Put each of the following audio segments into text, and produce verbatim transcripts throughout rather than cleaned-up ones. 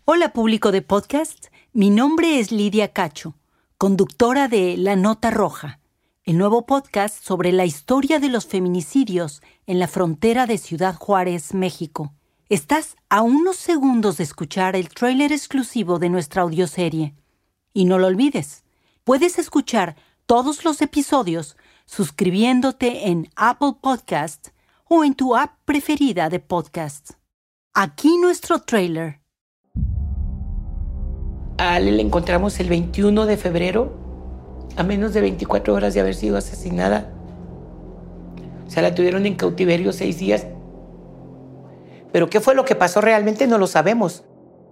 Hola público de podcast, mi nombre es Lidia Cacho, conductora de La Nota Roja, el nuevo podcast sobre la historia de los feminicidios en la frontera de Ciudad Juárez, México. Estás a unos segundos de escuchar el tráiler exclusivo de nuestra audioserie. Y no lo olvides, puedes escuchar todos los episodios suscribiéndote en Apple Podcast o en tu app preferida de podcast. Aquí nuestro tráiler. A Ale la encontramos el veintiuno de febrero, a menos de veinticuatro horas de haber sido asesinada. O sea, la tuvieron en cautiverio seis días. Pero ¿qué fue lo que pasó realmente? No lo sabemos.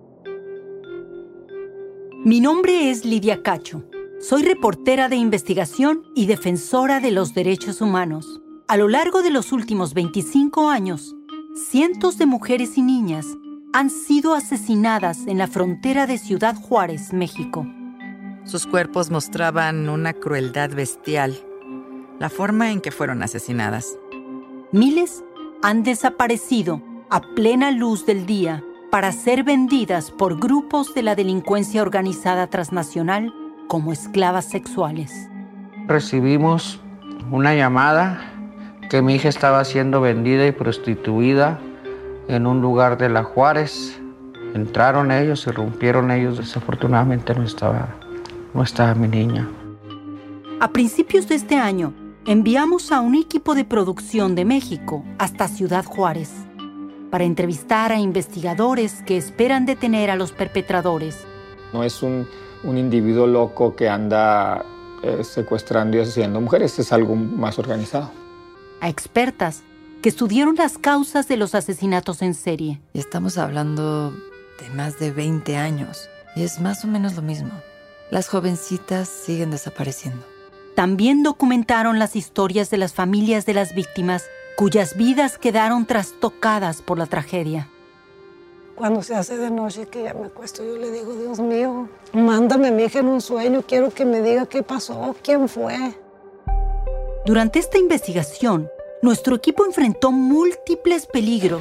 Mi nombre es Lidia Cacho. Soy reportera de investigación y defensora de los derechos humanos. A lo largo de los últimos veinticinco años, cientos de mujeres y niñas han sido asesinadas en la frontera de Ciudad Juárez, México. Sus cuerpos mostraban una crueldad bestial, la forma en que fueron asesinadas. Miles han desaparecido a plena luz del día para ser vendidas por grupos de la delincuencia organizada transnacional como esclavas sexuales. Recibimos una llamada que mi hija estaba siendo vendida y prostituida en un lugar de La Juárez. Entraron ellos, irrumpieron ellos. Desafortunadamente no estaba, no estaba mi niña. A principios de este año, enviamos a un equipo de producción de México hasta Ciudad Juárez para entrevistar a investigadores que esperan detener a los perpetradores. No es un, un individuo loco que anda eh, secuestrando y asesinando mujeres, es algo más organizado. A expertas que estudiaron las causas de los asesinatos en serie. Y estamos hablando de más de veinte años. Y es más o menos lo mismo. Las jovencitas siguen desapareciendo. También documentaron las historias de las familias de las víctimas cuyas vidas quedaron trastocadas por la tragedia. Cuando se hace de noche que ya me acuesto, yo le digo, Dios mío, mándame a mi hija en un sueño, quiero que me diga qué pasó, quién fue. Durante esta investigación, nuestro equipo enfrentó múltiples peligros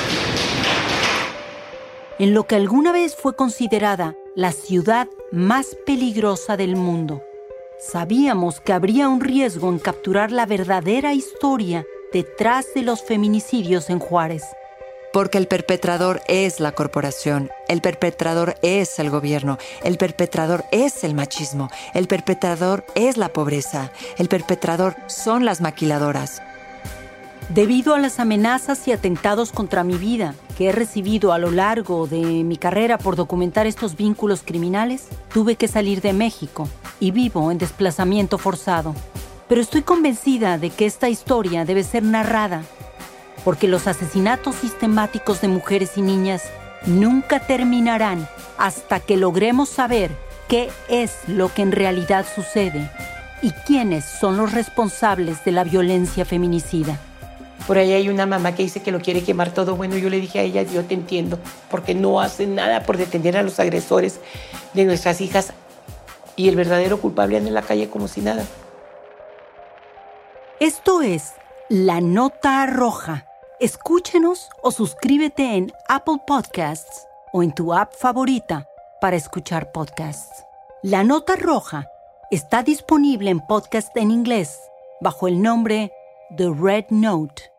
en lo que alguna vez fue considerada la ciudad más peligrosa del mundo. Sabíamos que habría un riesgo en capturar la verdadera historia detrás de los feminicidios en Juárez. Porque el perpetrador es la corporación, el perpetrador es el gobierno, el perpetrador es el machismo, el perpetrador es la pobreza, el perpetrador son las maquiladoras. Debido a las amenazas y atentados contra mi vida que he recibido a lo largo de mi carrera por documentar estos vínculos criminales, tuve que salir de México y vivo en desplazamiento forzado. Pero estoy convencida de que esta historia debe ser narrada, porque los asesinatos sistemáticos de mujeres y niñas nunca terminarán hasta que logremos saber qué es lo que en realidad sucede y quiénes son los responsables de la violencia feminicida. Por ahí hay una mamá que dice que lo quiere quemar todo. Bueno, yo le dije a ella, yo te entiendo, porque no hace nada por detener a los agresores de nuestras hijas y el verdadero culpable anda en la calle como si nada. Esto es La Nota Roja. Escúchenos o suscríbete en Apple Podcasts o en tu app favorita para escuchar podcasts. La Nota Roja está disponible en podcast en inglés bajo el nombre The Red Note.